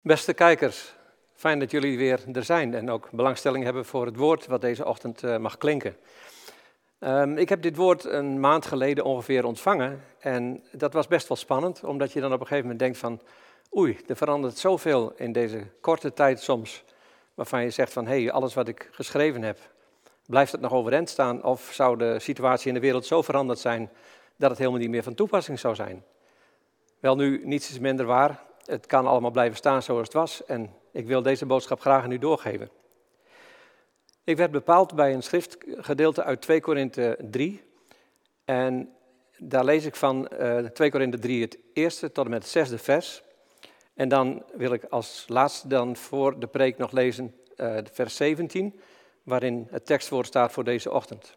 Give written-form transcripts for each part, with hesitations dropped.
Beste kijkers, fijn dat jullie weer er zijn en ook belangstelling hebben voor het woord wat deze ochtend mag klinken. Ik heb dit woord een maand geleden ongeveer ontvangen en dat was best wel spannend, omdat je dan op een gegeven moment denkt van oei, er verandert zoveel in deze korte tijd soms, waarvan je zegt van hé, alles wat ik geschreven heb, blijft het nog overeind staan of zou de situatie in de wereld zo veranderd zijn dat het helemaal niet meer van toepassing zou zijn? Wel nu, niets is minder waar. Het kan allemaal blijven staan zoals het was en ik wil deze boodschap graag aan u doorgeven. Ik werd bepaald bij een schriftgedeelte uit 2 Korinthe 3 en daar lees ik van 2 Korinthe 3 het eerste tot en met het zesde vers. En dan wil ik als laatste dan voor de preek nog lezen vers 17, waarin het tekstwoord staat voor deze ochtend.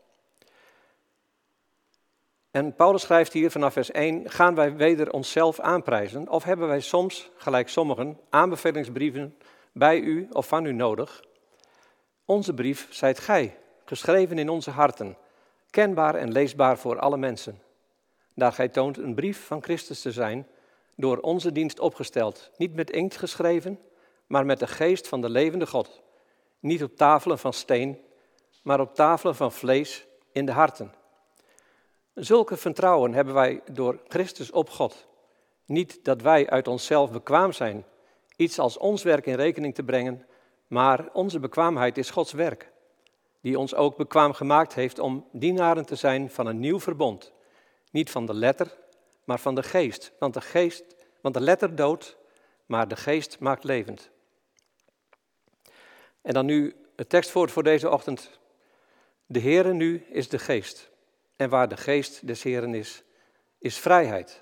En Paulus schrijft hier vanaf vers 1, gaan wij weder onszelf aanprijzen of hebben wij soms, gelijk sommigen, aanbevelingsbrieven bij u of van u nodig? Onze brief zijt gij, geschreven in onze harten, kenbaar en leesbaar voor alle mensen. Daar gij toont een brief van Christus te zijn, door onze dienst opgesteld, niet met inkt geschreven, maar met de geest van de levende God. Niet op tafelen van steen, maar op tafelen van vlees in de harten. Zulke vertrouwen hebben wij door Christus op God. Niet dat wij uit onszelf bekwaam zijn, iets als ons werk in rekening te brengen, maar onze bekwaamheid is Gods werk, die ons ook bekwaam gemaakt heeft om dienaren te zijn van een nieuw verbond. Niet van de letter, maar van de geest. Want de letter doodt, maar de geest maakt levend. En dan nu het tekstwoord voor deze ochtend. De Heere nu is de geest. En waar de geest des Heeren is vrijheid.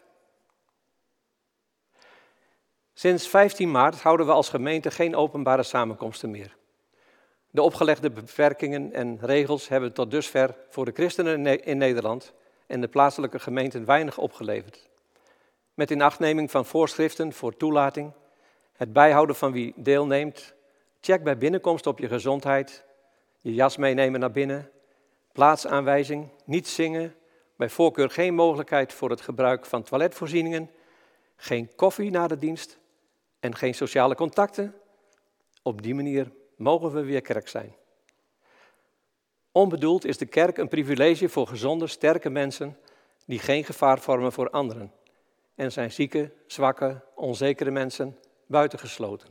Sinds 15 maart houden we als gemeente geen openbare samenkomsten meer. De opgelegde beperkingen en regels hebben tot dusver voor de christenen in Nederland en de plaatselijke gemeenten weinig opgeleverd. Met inachtneming van voorschriften voor toelating, het bijhouden van wie deelneemt, check bij binnenkomst op je gezondheid, je jas meenemen naar binnen, plaatsaanwijzing, niet zingen, bij voorkeur geen mogelijkheid voor het gebruik van toiletvoorzieningen, geen koffie na de dienst en geen sociale contacten. Op die manier mogen we weer kerk zijn. Onbedoeld is de kerk een privilege voor gezonde, sterke mensen die geen gevaar vormen voor anderen. En zijn zieke, zwakke, onzekere mensen buitengesloten.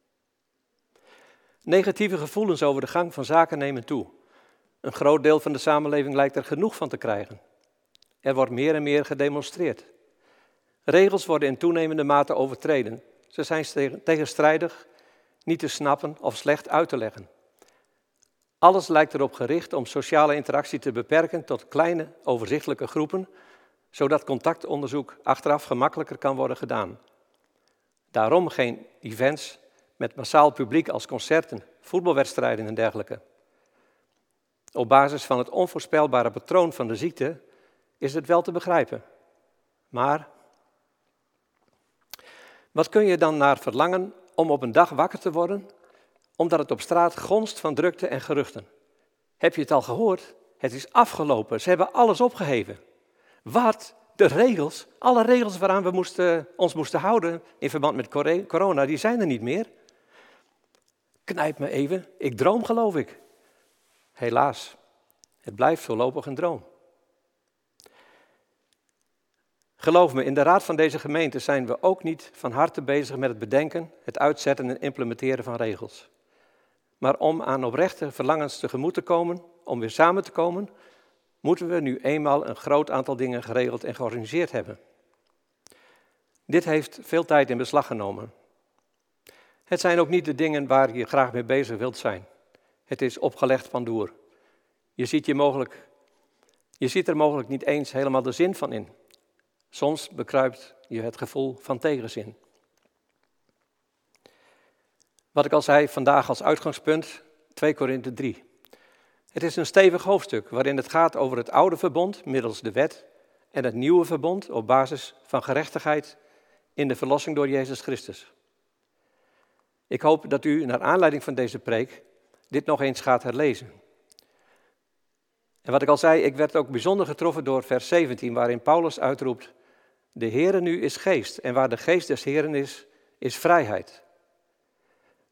Negatieve gevoelens over de gang van zaken nemen toe. Een groot deel van de samenleving lijkt er genoeg van te krijgen. Er wordt meer en meer gedemonstreerd. Regels worden in toenemende mate overtreden. Ze zijn tegenstrijdig, niet te snappen of slecht uit te leggen. Alles lijkt erop gericht om sociale interactie te beperken tot kleine, overzichtelijke groepen, zodat contactonderzoek achteraf gemakkelijker kan worden gedaan. Daarom geen events met massaal publiek als concerten, voetbalwedstrijden en dergelijke. Op basis van het onvoorspelbare patroon van de ziekte is het wel te begrijpen. Maar wat kun je dan naar verlangen om op een dag wakker te worden, omdat het op straat gonst van drukte en geruchten? Heb je het al gehoord? Het is afgelopen. Ze hebben alles opgeheven. Wat? De regels? Alle regels waaraan we ons moesten houden in verband met corona, die zijn er niet meer. Knijp me even, ik droom geloof ik. Helaas, het blijft voorlopig een droom. Geloof me, in de raad van deze gemeente zijn we ook niet van harte bezig met het bedenken, het uitzetten en implementeren van regels. Maar om aan oprechte verlangens tegemoet te komen, om weer samen te komen, moeten we nu eenmaal een groot aantal dingen geregeld en georganiseerd hebben. Dit heeft veel tijd in beslag genomen. Het zijn ook niet de dingen waar je graag mee bezig wilt zijn. Het is opgelegd pandoer. Je ziet er mogelijk niet eens helemaal de zin van in. Soms bekruipt je het gevoel van tegenzin. Wat ik al zei, vandaag als uitgangspunt 2 Korinthe 3. Het is een stevig hoofdstuk waarin het gaat over het oude verbond middels de wet en het nieuwe verbond op basis van gerechtigheid in de verlossing door Jezus Christus. Ik hoop dat u naar aanleiding van deze preek dit nog eens gaat herlezen. En wat ik al zei, ik werd ook bijzonder getroffen door vers 17, waarin Paulus uitroept: de Heere nu is geest, en waar de geest des Heeren is vrijheid.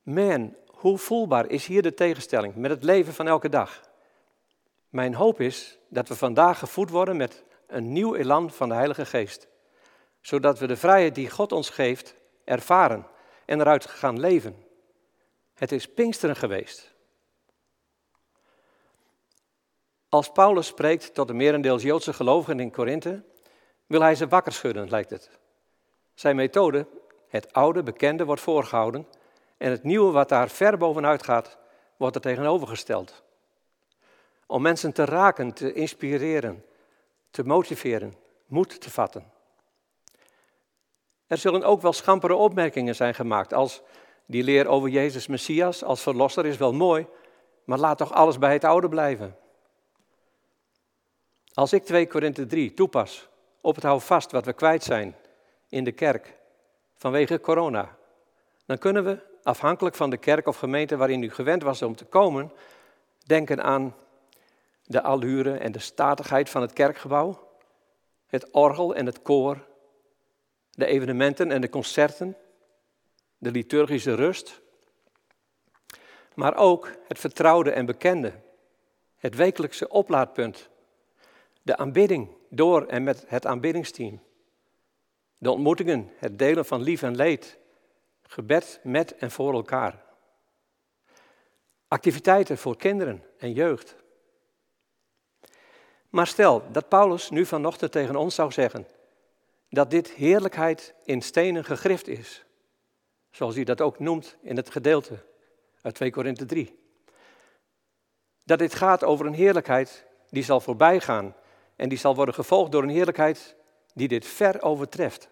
Man, hoe voelbaar is hier de tegenstelling met het leven van elke dag? Mijn hoop is dat we vandaag gevoed worden met een nieuw elan van de Heilige Geest. Zodat we de vrijheid die God ons geeft ervaren en eruit gaan leven. Het is Pinksteren geweest. Als Paulus spreekt tot de merendeels Joodse gelovigen in Korinthe, wil hij ze wakker schudden, lijkt het. Zijn methode, het oude, bekende, wordt voorgehouden en het nieuwe wat daar ver bovenuit gaat, wordt er tegenovergesteld. Om mensen te raken, te inspireren, te motiveren, moed te vatten. Er zullen ook wel schampere opmerkingen zijn gemaakt als die leer over Jezus Messias als verlosser is wel mooi, maar laat toch alles bij het oude blijven. Als ik 2 Korinthe 3 toepas op het hou vast wat we kwijt zijn in de kerk vanwege corona, dan kunnen we, afhankelijk van de kerk of gemeente waarin u gewend was om te komen, denken aan de allure en de statigheid van het kerkgebouw, het orgel en het koor, de evenementen en de concerten, de liturgische rust, maar ook het vertrouwde en bekende, het wekelijkse oplaadpunt, de aanbidding door en met het aanbiddingsteam, de ontmoetingen, het delen van lief en leed, gebed met en voor elkaar, activiteiten voor kinderen en jeugd. Maar stel dat Paulus nu vanochtend tegen ons zou zeggen dat dit heerlijkheid in stenen gegrift is, zoals hij dat ook noemt in het gedeelte uit 2 Korinthe 3. Dat dit gaat over een heerlijkheid die zal voorbij gaan en die zal worden gevolgd door een heerlijkheid die dit ver overtreft.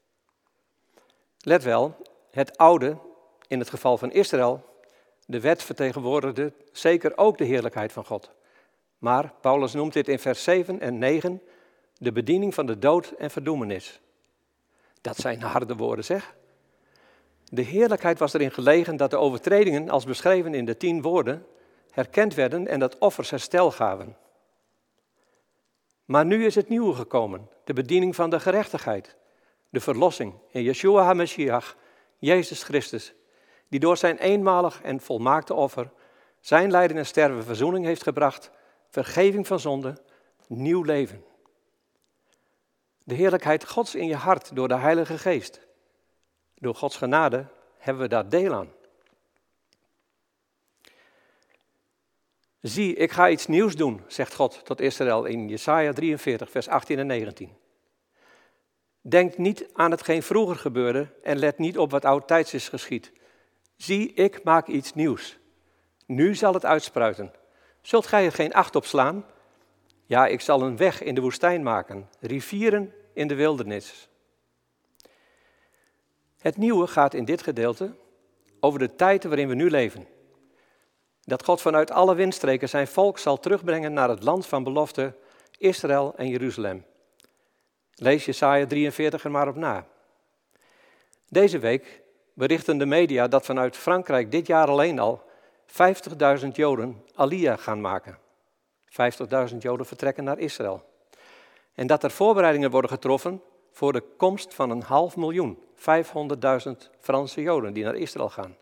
Let wel, het oude, in het geval van Israël, de wet vertegenwoordigde zeker ook de heerlijkheid van God. Maar Paulus noemt dit in vers 7 en 9 de bediening van de dood en verdoemenis. Dat zijn harde woorden, zeg. De heerlijkheid was erin gelegen dat de overtredingen, als beschreven in de 10 woorden, herkend werden en dat offers herstel gaven. Maar nu is het nieuwe gekomen, de bediening van de gerechtigheid, de verlossing in Yeshua HaMashiach, Jezus Christus, die door zijn eenmalig en volmaakte offer zijn lijden en sterven verzoening heeft gebracht, vergeving van zonde, nieuw leven. De heerlijkheid Gods in je hart door de Heilige Geest. Door Gods genade hebben we daar deel aan. Zie, ik ga iets nieuws doen, zegt God tot Israël in Jesaja 43, vers 18 en 19. Denk niet aan hetgeen vroeger gebeurde en let niet op wat oudtijds is geschied. Zie, ik maak iets nieuws. Nu zal het uitspruiten. Zult gij er geen acht op slaan? Ja, ik zal een weg in de woestijn maken, rivieren in de wildernis. Het nieuwe gaat in dit gedeelte over de tijd waarin we nu leven. Dat God vanuit alle windstreken zijn volk zal terugbrengen naar het land van belofte, Israël en Jeruzalem. Lees Jesaja 43 er maar op na. Deze week berichten de media dat vanuit Frankrijk dit jaar alleen al 50.000 Joden Aliyah gaan maken. 50.000 Joden vertrekken naar Israël. En dat er voorbereidingen worden getroffen voor de komst van 500.000 Franse Joden die naar Israël gaan.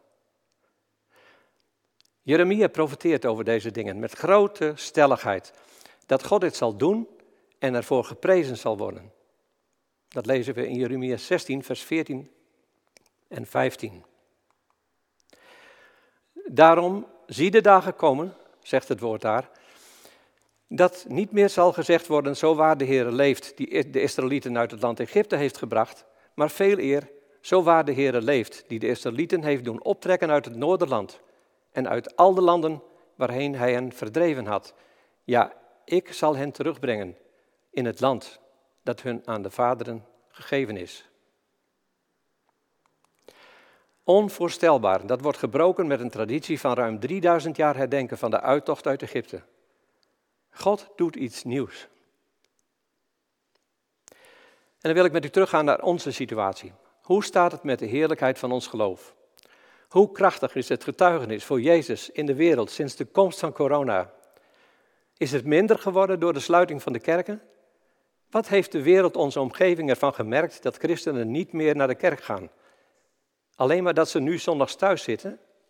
Jeremia profeteert over deze dingen met grote stelligheid. Dat God dit zal doen en ervoor geprezen zal worden. Dat lezen we in Jeremia 16, vers 14 en 15. Daarom, zie de dagen komen, zegt het woord daar, dat niet meer zal gezegd worden, zo waar de Heere leeft, die de Israëlieten uit het land Egypte heeft gebracht, maar veel eer, zo waar de Heere leeft, die de Israëlieten heeft doen optrekken uit het Noorderland en uit al de landen waarheen hij hen verdreven had. Ja, ik zal hen terugbrengen in het land dat hun aan de vaderen gegeven is. Onvoorstelbaar, dat wordt gebroken met een traditie van ruim 3000 jaar herdenken van de uittocht uit Egypte. God doet iets nieuws. En dan wil ik met u teruggaan naar onze situatie. Hoe staat het met de heerlijkheid van ons geloof? Hoe krachtig is het getuigenis voor Jezus in de wereld sinds de komst van corona? Is het minder geworden door de sluiting van de kerken? Wat heeft de wereld, onze omgeving, ervan gemerkt dat christenen niet meer naar de kerk gaan? Alleen maar dat ze nu zondags thuis zitten?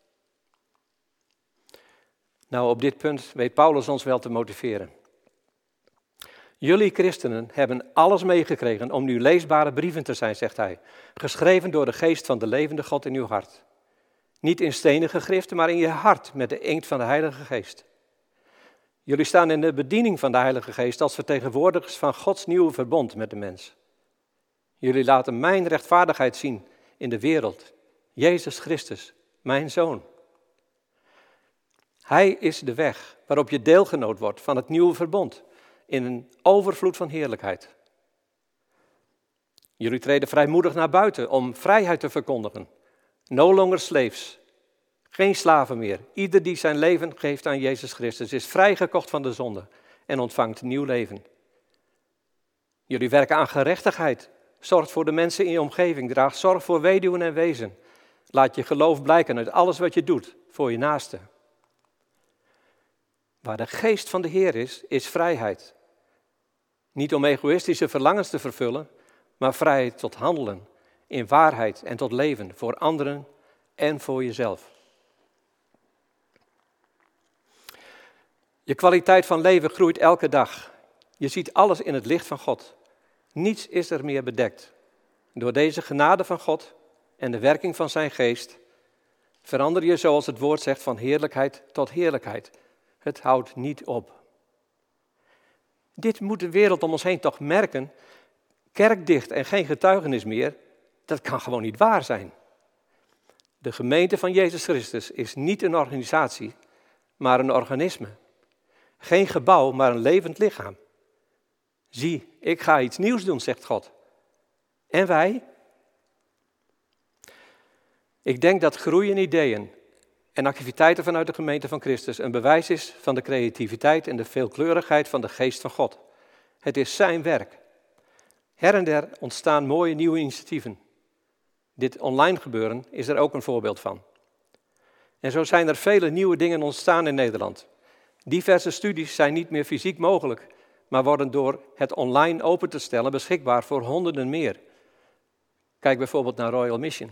Nou, op dit punt weet Paulus ons wel te motiveren. Jullie christenen hebben alles meegekregen om nu leesbare brieven te zijn, zegt hij. Geschreven door de geest van de levende God in uw hart. Niet in stenen gegrift, maar in je hart met de inkt van de Heilige Geest. Jullie staan in de bediening van de Heilige Geest als vertegenwoordigers van Gods nieuwe verbond met de mens. Jullie laten mijn rechtvaardigheid zien in de wereld. Jezus Christus, mijn Zoon. Hij is de weg waarop je deelgenoot wordt van het nieuwe verbond in een overvloed van heerlijkheid. Jullie treden vrijmoedig naar buiten om vrijheid te verkondigen. No longer slaves. Geen slaven meer. Ieder die zijn leven geeft aan Jezus Christus is vrijgekocht van de zonde en ontvangt nieuw leven. Jullie werken aan gerechtigheid. Zorgt voor de mensen in je omgeving. Draag zorg voor weduwen en wezen. Laat je geloof blijken uit alles wat je doet voor je naaste. Waar de geest van de Heer is vrijheid. Niet om egoïstische verlangens te vervullen, maar vrijheid tot handelen, in waarheid en tot leven voor anderen en voor jezelf. Je kwaliteit van leven groeit elke dag. Je ziet alles in het licht van God. Niets is er meer bedekt. Door deze genade van God en de werking van zijn geest verander je, zoals het woord zegt, van heerlijkheid tot heerlijkheid. Het houdt niet op. Dit moet de wereld om ons heen toch merken. Kerkdicht en geen getuigenis meer, dat kan gewoon niet waar zijn. De gemeente van Jezus Christus is niet een organisatie, maar een organisme. Geen gebouw, maar een levend lichaam. Zie, ik ga iets nieuws doen, zegt God. En wij? Ik denk dat groei in ideeën en activiteiten vanuit de gemeente van Christus een bewijs is van de creativiteit en de veelkleurigheid van de geest van God. Het is zijn werk. Her en der ontstaan mooie nieuwe initiatieven. Dit online gebeuren is er ook een voorbeeld van. En zo zijn er vele nieuwe dingen ontstaan in Nederland. Diverse studies zijn niet meer fysiek mogelijk, maar worden door het online open te stellen beschikbaar voor honderden meer. Kijk bijvoorbeeld naar Royal Mission.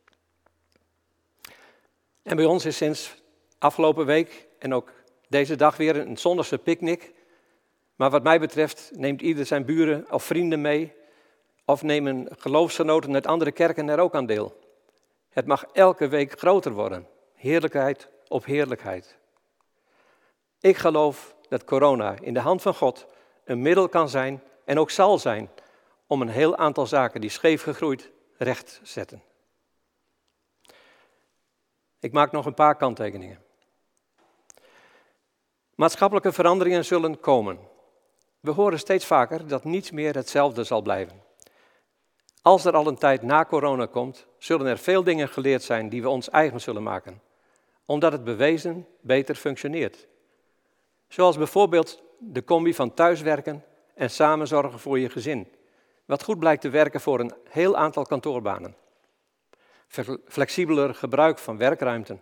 En bij ons is sinds afgelopen week en ook deze dag weer een zondagse picknick. Maar wat mij betreft neemt ieder zijn buren of vrienden mee, of nemen geloofsgenoten uit andere kerken er ook aan deel. Het mag elke week groter worden, heerlijkheid op heerlijkheid. Ik geloof dat corona in de hand van God een middel kan zijn en ook zal zijn om een heel aantal zaken die scheef gegroeid recht te zetten. Ik maak nog een paar kanttekeningen. Maatschappelijke veranderingen zullen komen. We horen steeds vaker dat niets meer hetzelfde zal blijven. Als er al een tijd na corona komt, zullen er veel dingen geleerd zijn die we ons eigen zullen maken, omdat het bewezen beter functioneert. Zoals bijvoorbeeld de combi van thuiswerken en samen zorgen voor je gezin, wat goed blijkt te werken voor een heel aantal kantoorbanen. Flexibeler gebruik van werkruimten.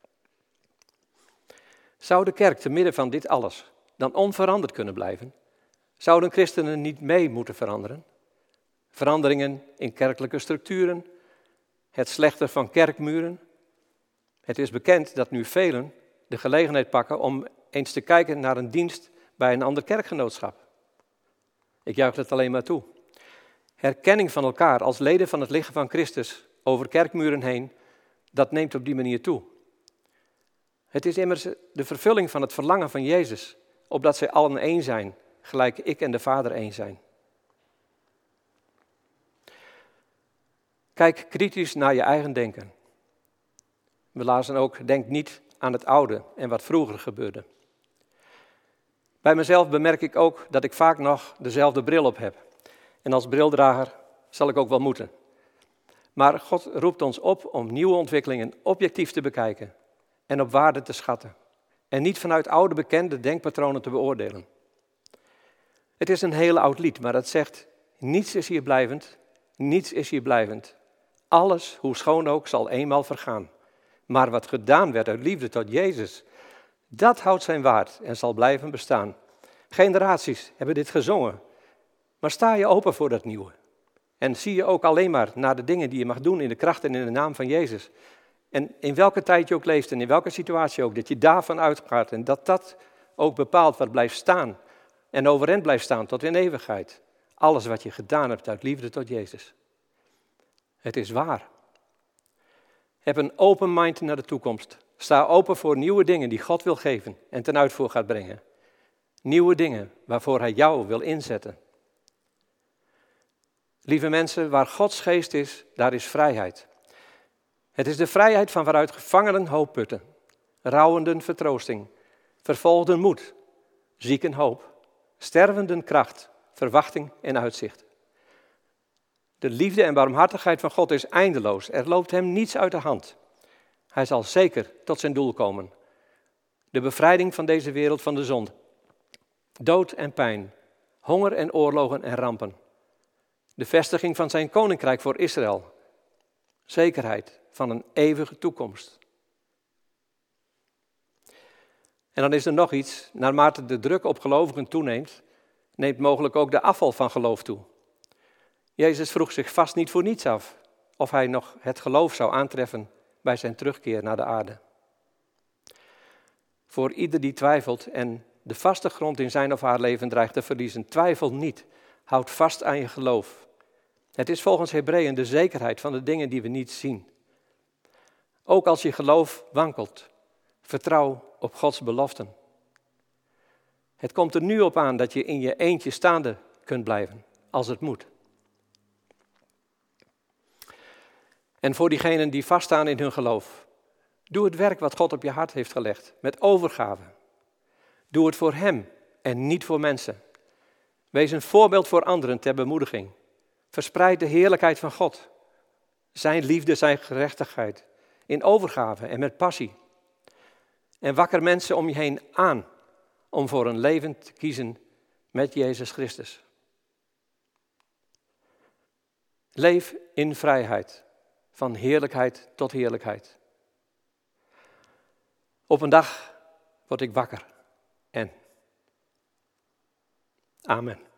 Zou de kerk te midden van dit alles dan onveranderd kunnen blijven? Zouden christenen niet mee moeten veranderen? Veranderingen in kerkelijke structuren, het slechten van kerkmuren. Het is bekend dat nu velen de gelegenheid pakken om eens te kijken naar een dienst bij een ander kerkgenootschap. Ik juich het alleen maar toe. Herkenning van elkaar als leden van het lichaam van Christus over kerkmuren heen, dat neemt op die manier toe. Het is immers de vervulling van het verlangen van Jezus, opdat zij allen één zijn, gelijk ik en de Vader één zijn. Kijk kritisch naar je eigen denken. We lazen ook, denk niet aan het oude en wat vroeger gebeurde. Bij mezelf bemerk ik ook dat ik vaak nog dezelfde bril op heb. En als brildrager zal ik ook wel moeten. Maar God roept ons op om nieuwe ontwikkelingen objectief te bekijken en op waarde te schatten. En niet vanuit oude bekende denkpatronen te beoordelen. Het is een heel oud lied, maar het zegt, niets is hier blijvend, niets is hier blijvend. Alles, hoe schoon ook, zal eenmaal vergaan. Maar wat gedaan werd uit liefde tot Jezus, dat houdt zijn waard en zal blijven bestaan. Generaties hebben dit gezongen, maar sta je open voor dat nieuwe. En zie je ook alleen maar naar de dingen die je mag doen in de kracht en in de naam van Jezus. En in welke tijd je ook leeft en in welke situatie ook, dat je daarvan uitgaat en dat dat ook bepaalt wat blijft staan en overeind blijft staan tot in eeuwigheid. Alles wat je gedaan hebt uit liefde tot Jezus. Het is waar. Heb een open mind naar de toekomst. Sta open voor nieuwe dingen die God wil geven en ten uitvoer gaat brengen. Nieuwe dingen waarvoor Hij jou wil inzetten. Lieve mensen, waar Gods geest is, daar is vrijheid. Het is de vrijheid van waaruit gevangenen hoop putten, rouwenden vertroosting, vervolgden moed, zieken hoop, stervenden kracht, verwachting en uitzicht. De liefde en barmhartigheid van God is eindeloos. Er loopt hem niets uit de hand. Hij zal zeker tot zijn doel komen. De bevrijding van deze wereld van de zonde. Dood en pijn, honger en oorlogen en rampen. De vestiging van zijn koninkrijk voor Israël. Zekerheid van een eeuwige toekomst. En dan is er nog iets. Naarmate de druk op gelovigen toeneemt, neemt mogelijk ook de afval van geloof toe. Jezus vroeg zich vast niet voor niets af of hij nog het geloof zou aantreffen bij zijn terugkeer naar de aarde. Voor ieder die twijfelt en de vaste grond in zijn of haar leven dreigt te verliezen, twijfel niet. Houd vast aan je geloof. Het is volgens Hebreeën de zekerheid van de dingen die we niet zien. Ook als je geloof wankelt, vertrouw op Gods beloften. Het komt er nu op aan dat je in je eentje staande kunt blijven, als het moet. En voor diegenen die vaststaan in hun geloof, doe het werk wat God op je hart heeft gelegd, met overgave. Doe het voor Hem en niet voor mensen. Wees een voorbeeld voor anderen ter bemoediging. Verspreid de heerlijkheid van God, zijn liefde, zijn gerechtigheid, in overgave en met passie. En wakker mensen om je heen aan om voor een leven te kiezen met Jezus Christus. Leef in vrijheid, van heerlijkheid tot heerlijkheid. Op een dag word ik wakker en amen.